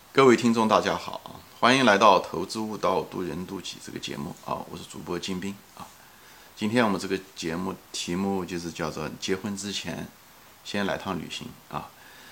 各位听众，大家好啊！欢迎来到《投资悟道，渡人渡己》这个节目啊！我是主播金兵啊。今天我们这个节目题目就是叫做“结婚之前先来趟旅行”啊。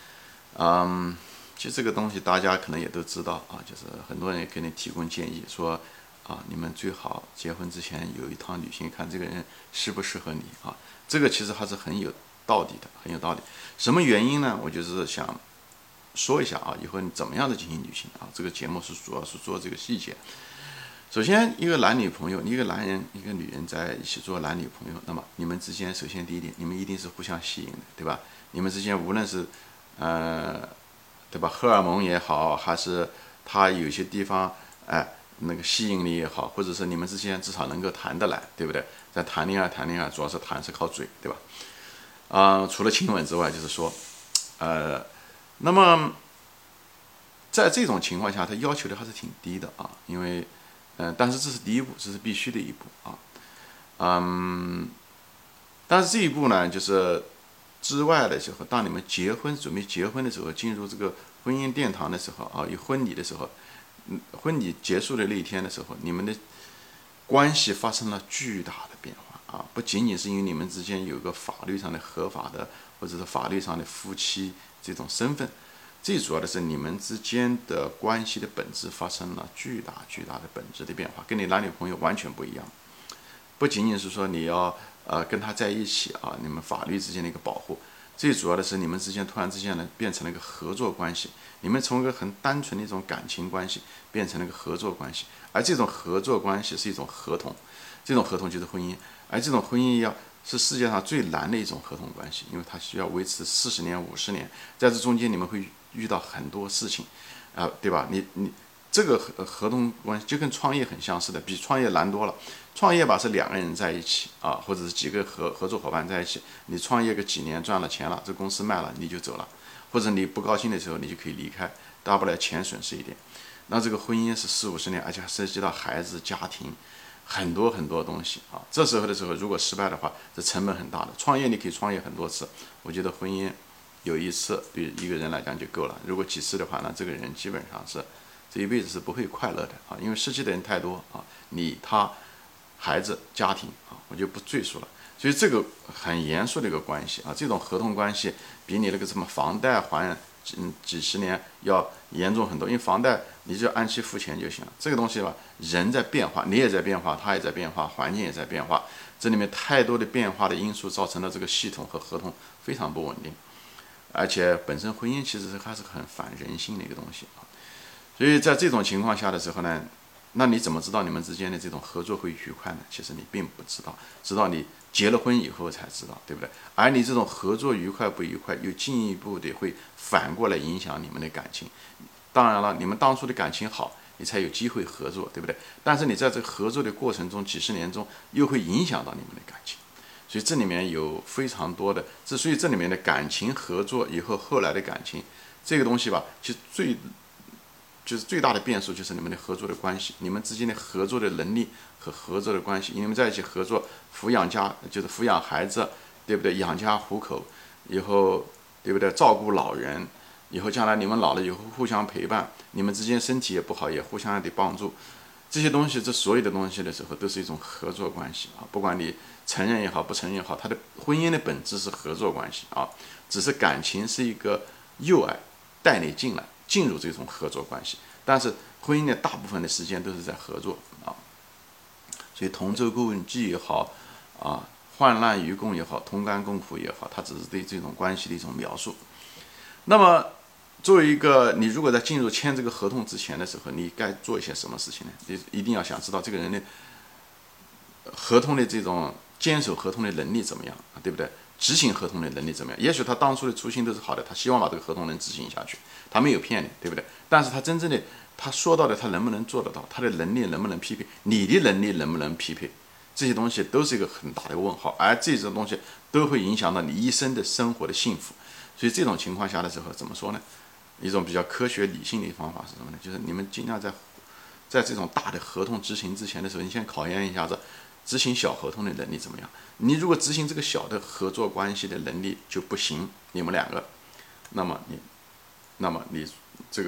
其实这个东西大家可能也都知道啊，就是很多人也给你提供建议说啊，你们最好结婚之前有一趟旅行，看这个人适不适合你啊。这个其实还是很有道理的，很有道理。什么原因呢？我就是想说一下啊，以后你怎么样的进行旅行啊？这个节目是主要是做这个细节。首先，一个男女朋友，一个男人一个女人在一起做男女朋友，那么你们之间首先第一点，你们一定是互相吸引的，对吧？你们之间无论是对吧，荷尔蒙也好，还是他有些地方那个吸引力也好，或者是你们之间至少能够谈得来，对不对？在谈恋爱主要是谈是靠嘴，对吧？除了亲吻之外，就是说，那么在这种情况下，他要求的还是挺低的啊，因为，但是这是第一步，这是必须的一步啊，嗯，但是这一步呢，就是之外的时候，当你们准备结婚的时候，进入这个婚姻殿堂的时候啊，有婚礼的时候，婚礼结束的那一天的时候，你们的关系发生了巨大的变化啊，不仅仅是因为你们之间有个法律上的合法的，或者是法律上的夫妻这种身份。最主要的是你们之间的关系的本质发生了巨大的本质的变化，跟你男女朋友完全不一样。不仅仅是说你要跟他在一起啊，你们法律之间的一个保护，最主要的是你们之间突然之间呢变成了一个合作关系，你们从一个很单纯的一种感情关系变成了一个合作关系，而这种合作关系是一种合同，这种合同就是婚姻，而这种婚姻是世界上最难的一种合同关系，因为它需要维持40年、50年，在这中间你们会遇到很多事情，对吧？你这个合同关系就跟创业很相似的，比创业难多了。创业吧是两个人在一起啊，或者是几个合作伙伴在一起，你创业个几年赚了钱了，这公司卖了你就走了，或者你不高兴的时候你就可以离开，大不了钱损失一点。那这个婚姻是40、50年，而且还涉及到孩子、家庭。很多很多东西啊，这时候如果失败的话，这成本很大的。创业你可以创业很多次，我觉得婚姻有一次对一个人来讲就够了。如果几次的话呢，这个人基本上是这一辈子是不会快乐的啊，因为失去的人太多啊，你他孩子家庭啊，我就不赘述了。所以这个很严肃的一个关系啊，这种合同关系比你那个什么房贷还几十年要严重很多，因为房贷你就按期付钱就行了。这个东西吧，人在变化，你也在变化，他也在变化，环境也在变化，这里面太多的变化的因素造成了这个系统和合同非常不稳定，而且本身婚姻其实还是很反人性的一个东西啊。所以在这种情况下的时候呢，那你怎么知道你们之间的这种合作会愉快呢？其实你并不知道，直到你结了婚以后才知道，对不对？而你这种合作愉快不愉快，又进一步的会反过来影响你们的感情。当然了，你们当初的感情好，你才有机会合作，对不对？但是你在这个合作的过程中，几十年中又会影响到你们的感情。所以这里面有非常多的，所以这里面的感情合作以后后来的感情，这个东西吧，其实最大的变数就是你们的合作的关系，你们之间的合作的能力和合作的关系，你们在一起合作就是抚养孩子，对不对？养家糊口，以后对不对？照顾老人，以后将来你们老了以后互相陪伴，你们之间身体也不好，也互相得帮助，这些东西，这所有的东西的时候都是一种合作关系啊，不管你承认也好，不承认也好，它的婚姻的本质是合作关系啊，只是感情是一个诱饵带你进入这种合作关系，但是婚姻的大部分的时间都是在合作啊，所以同舟共济也好啊，患难与共也好，同甘共苦也好，它只是对这种关系的一种描述。那么作为一个你如果在进入签这个合同之前的时候，你该做一些什么事情呢？你一定要想知道这个人的合同的这种坚守合同的能力怎么样，对不对？执行合同的能力怎么样？也许他当初的初心都是好的，他希望把这个合同能执行下去，他没有骗你，对不对？但是他真正的他说到的，他能不能做得到？他的能力能不能匹配？你的能力能不能匹配？这些东西都是一个很大的问号，而这种东西都会影响到你一生的生活的幸福。所以这种情况下的时候，怎么说呢？一种比较科学理性的方法是什么呢？就是你们尽量在这种大的合同执行之前的时候，你先考验一下子执行小合同的能力怎么样。你如果执行这个小的合作关系的能力就不行，你们两个，那么你这个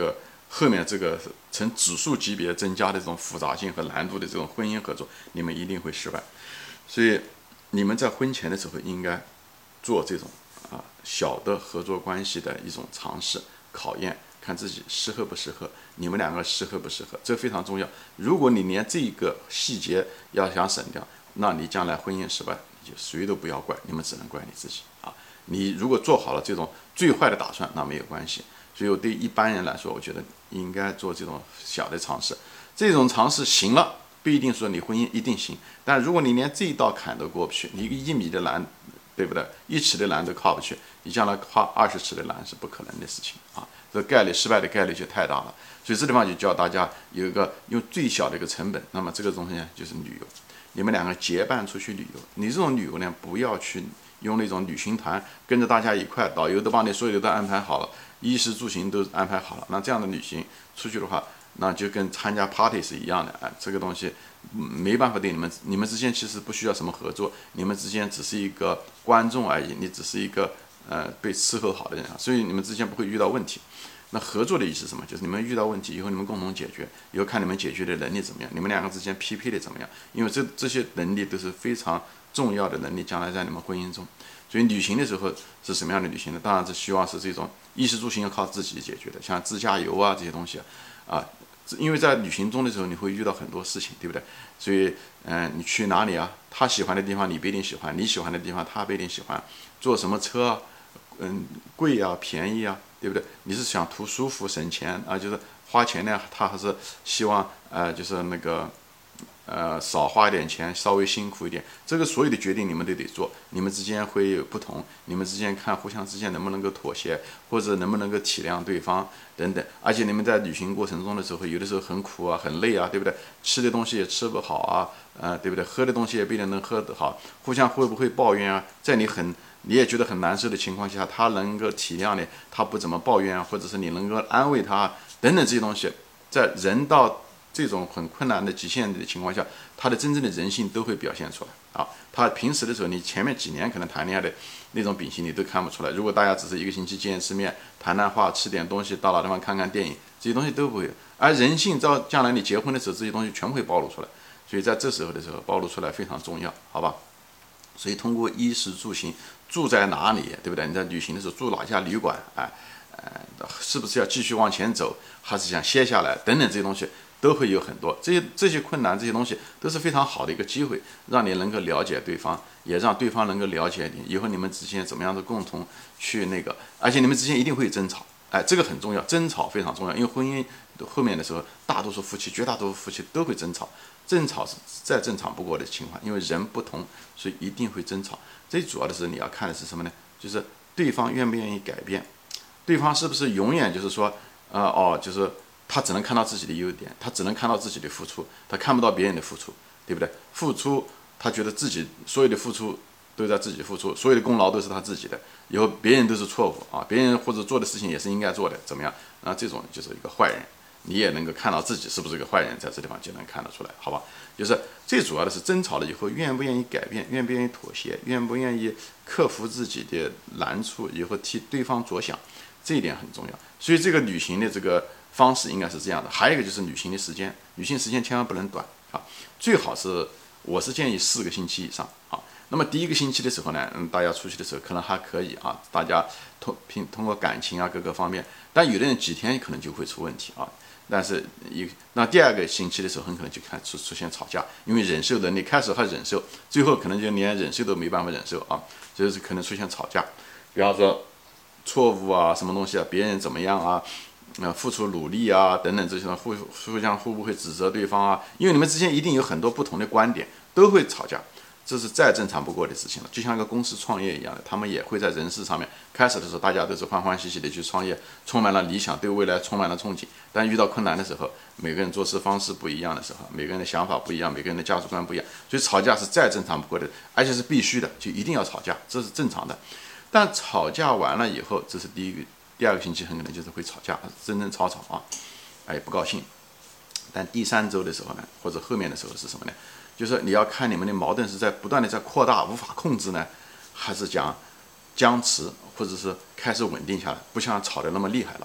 后面这个呈指数级别增加的这种复杂性和难度的这种婚姻合作，你们一定会失败。所以你们在婚前的时候应该做这种小的合作关系的一种尝试考验，看自己适合不适合，你们两个适合不适合，这非常重要。如果你连这个细节要想省掉，那你将来婚姻失败，你就谁都不要怪，你们只能怪你自己啊。你如果做好了这种最坏的打算，那没有关系。所以对一般人来说，我觉得应该做这种小的尝试。这种尝试行了，不一定说你婚姻一定行。但如果你连这一道坎都过不去，你一个1米的栏，对不对？1尺的栏都跨不去，你将来跨20尺的栏是不可能的事情啊！这概率失败的概率就太大了。所以这地方就教大家有一个用最小的一个成本，那么这个东西呢就是旅游。你们两个结伴出去旅游，你这种旅游呢不要去用那种旅行团跟着大家一块，导游都帮你所有的都安排好了，衣食住行都安排好了。那这样的旅行出去的话，那就跟参加 party 是一样的这个东西没办法对你们之间其实不需要什么合作，你们之间只是一个观众而已，你只是一个被伺候好的人所以你们之间不会遇到问题。那合作的意思是什么？就是你们遇到问题以后，你们共同解决，以后看你们解决的能力怎么样，你们两个之间匹配的怎么样？因为这些能力都是非常重要的能力，将来在你们婚姻中。所以旅行的时候是什么样的旅行呢？当然是希望是这种衣食住行要靠自己解决的，像自驾游这些东西因为在旅行中的时候你会遇到很多事情，对不对？所以你去哪里他喜欢的地方你不一定喜欢，你喜欢的地方他不一定喜欢，坐什么车贵便宜对不对？你是想图舒服省钱就是花钱呢，他还是希望就是那个少花一点钱，稍微辛苦一点。这个所有的决定你们都得做，你们之间会有不同，你们之间看互相之间能不能够妥协，或者能不能够体谅对方等等。而且你们在旅行过程中的时候，有的时候很苦很累对不对？吃的东西也吃不好对不对？喝的东西也不一定能喝得好，互相会不会抱怨在你也觉得很难受的情况下，他能够体谅你，他不怎么抱怨或者是你能够安慰他等等这些东西，在人到这种很困难的极限的情况下，他的真正的人性都会表现出来他平时的时候，你前面几年可能谈恋爱的那种秉性你都看不出来。如果大家只是一个星期见一次面，谈谈话，吃点东西，到老地方看看电影，这些东西都不会有。而人性到将来你结婚的时候，这些东西全部会暴露出来。所以在这时候的时候，暴露出来非常重要，好吧？所以通过衣食住行，住在哪里，对不对？你在旅行的时候住哪家旅馆是不是要继续往前走，还是想歇下来等等这些东西都会有很多。这些困难，这些东西都是非常好的一个机会，让你能够了解对方，也让对方能够了解你。以后你们之间怎么样的共同去而且你们之间一定会争吵，这个很重要，争吵非常重要。因为婚姻后面的时候，大多数夫妻，绝大多数夫妻都会争吵。争吵是再正常不过的情况，因为人不同，所以一定会争吵。最主要的是你要看的是什么呢？就是对方愿不愿意改变，对方是不是永远就是说，就是他只能看到自己的优点，他只能看到自己的付出，他看不到别人的付出，对不对？付出，他觉得自己所有的付出都在自己付出，所有的功劳都是他自己的，以后别人都是错误别人或者做的事情也是应该做的，怎么样？这种就是一个坏人。你也能够看到自己是不是个坏人，在这地方就能看得出来，好吧？就是最主要的是争吵了以后，愿不愿意改变，愿不愿意妥协，愿不愿意克服自己的难处，以后替对方着想，这一点很重要。所以这个旅行的这个方式应该是这样的。还有一个就是旅行的时间，旅行时间千万不能短最好我是建议4个星期以上那么第一个星期的时候呢，大家出去的时候可能还可以大家通过感情各个方面，但有的人几天可能就会出问题但是那第2个星期的时候，很可能就开始出现吵架，因为忍受能力开始还忍受，最后可能就连忍受都没办法忍受就是可能出现吵架。比方说错误什么东西别人怎么样付出努力等等这些互相会不会指责对方因为你们之间一定有很多不同的观点，都会吵架。这是再正常不过的事情了，就像一个公司创业一样的，他们也会在人事上面，开始的时候大家都是欢欢喜喜的去创业，充满了理想，对未来充满了憧憬。但遇到困难的时候，每个人做事方式不一样的时候，每个人的想法不一样，每个人的价值观不一样，所以吵架是再正常不过的，而且是必须的，就一定要吵架，这是正常的。但吵架完了以后，这是第2个星期很可能就是会吵架，真正吵不高兴。但第3周的时候呢，或者后面的时候是什么呢？就是你要看你们的矛盾是在不断的在扩大，无法控制呢，还是讲僵持，或者是开始稳定下来，不像吵得那么厉害了。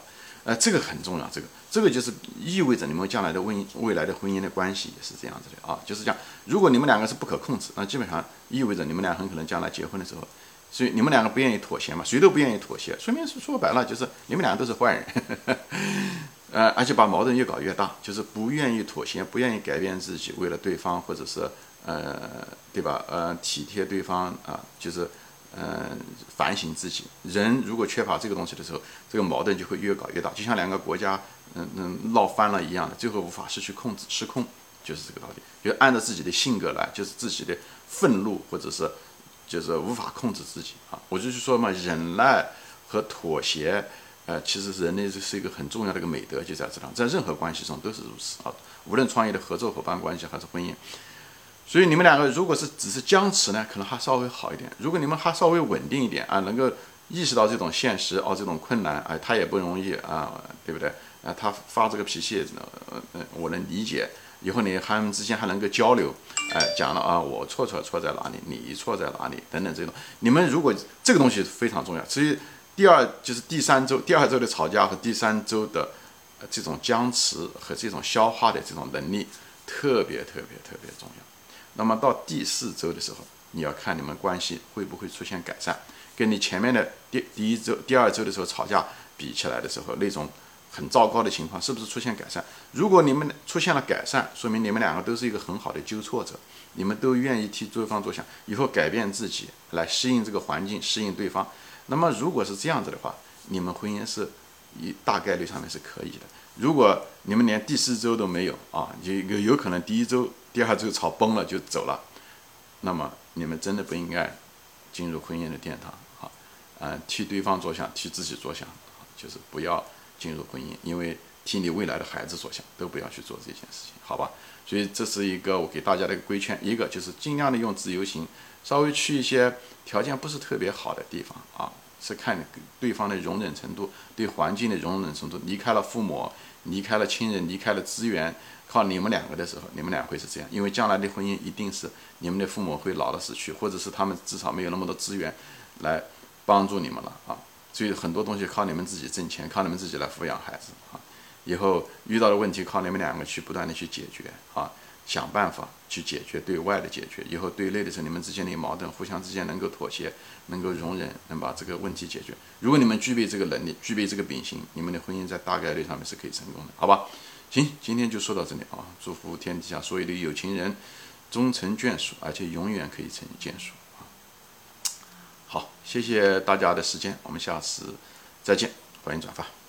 这个很重要，这个就是意味着你们将来的未来的婚姻的关系也是这样子的啊，就是讲，如果你们两个是不可控制，那基本上意味着你们俩很可能将来结婚的时候，所以你们两个不愿意妥协嘛，谁都不愿意妥协，说明说白了就是你们俩都是坏人，而且把矛盾越搞越大，就是不愿意妥协，不愿意改变自己，为了对方或者是对吧？体贴对方啊，就是反省自己。人如果缺乏这个东西的时候，这个矛盾就会越搞越大，就像两个国家闹翻了一样的，最后无法失控，就是这个道理。就按照自己的性格来，就是自己的愤怒或者是就是无法控制自己啊。我就是说嘛，忍耐和妥协。其实人类是一个很重要的一个美德，就在这上，在任何关系中都是如此啊，无论创业的合作伙伴关系还是婚姻。所以你们两个如果是只是僵持呢，可能还稍微好一点；如果你们还稍微稳定一点啊，能够意识到这种现实哦，这种困难啊，他也不容易啊，对不对？他发这个脾气，我能理解。以后他们之间还能够交流，讲了啊，我错在哪里，你错在哪里等等这种。你们如果这个东西非常重要，所以第二周的吵架和第3周的这种僵持和这种消化的这种能力特别重要。那么到第4周的时候，你要看你们关系会不会出现改善，跟你前面的第2周的时候吵架比起来的时候，那种很糟糕的情况是不是出现改善？如果你们出现了改善，说明你们两个都是一个很好的纠错者，你们都愿意替对方着想，以后改变自己来适应这个环境，适应对方。那么如果是这样子的话，你们婚姻是大概率上面是可以的。如果你们连第4周都没有啊，有可能第1周、第2周吵崩了就走了，那么你们真的不应该进入婚姻的殿堂啊！替对方着想，替自己着想，就是不要进入婚姻，因为替你未来的孩子着想，都不要去做这件事情，好吧？所以这是一个我给大家的一个规劝，一个就是尽量的用自由行，稍微去一些条件不是特别好的地方啊，是看对方的容忍程度，对环境的容忍程度，离开了父母，离开了亲人，离开了资源，靠你们两个的时候，你们俩会是这样，因为将来的婚姻一定是你们的父母会老了死去，或者是他们至少没有那么多资源来帮助你们了啊，所以很多东西靠你们自己挣钱，靠你们自己来抚养孩子啊。以后遇到的问题靠你们两个去不断的去解决啊，想办法去解决对外的解决。以后对内的时候，你们之间的矛盾，互相之间能够妥协，能够容忍，能把这个问题解决。如果你们具备这个能力，具备这个秉性，你们的婚姻在大概率上面是可以成功的，好吧？行，今天就说到这里啊！祝福天底下所有的有情人终成眷属，而且永远可以成眷属啊！好，谢谢大家的时间，我们下次再见，欢迎转发。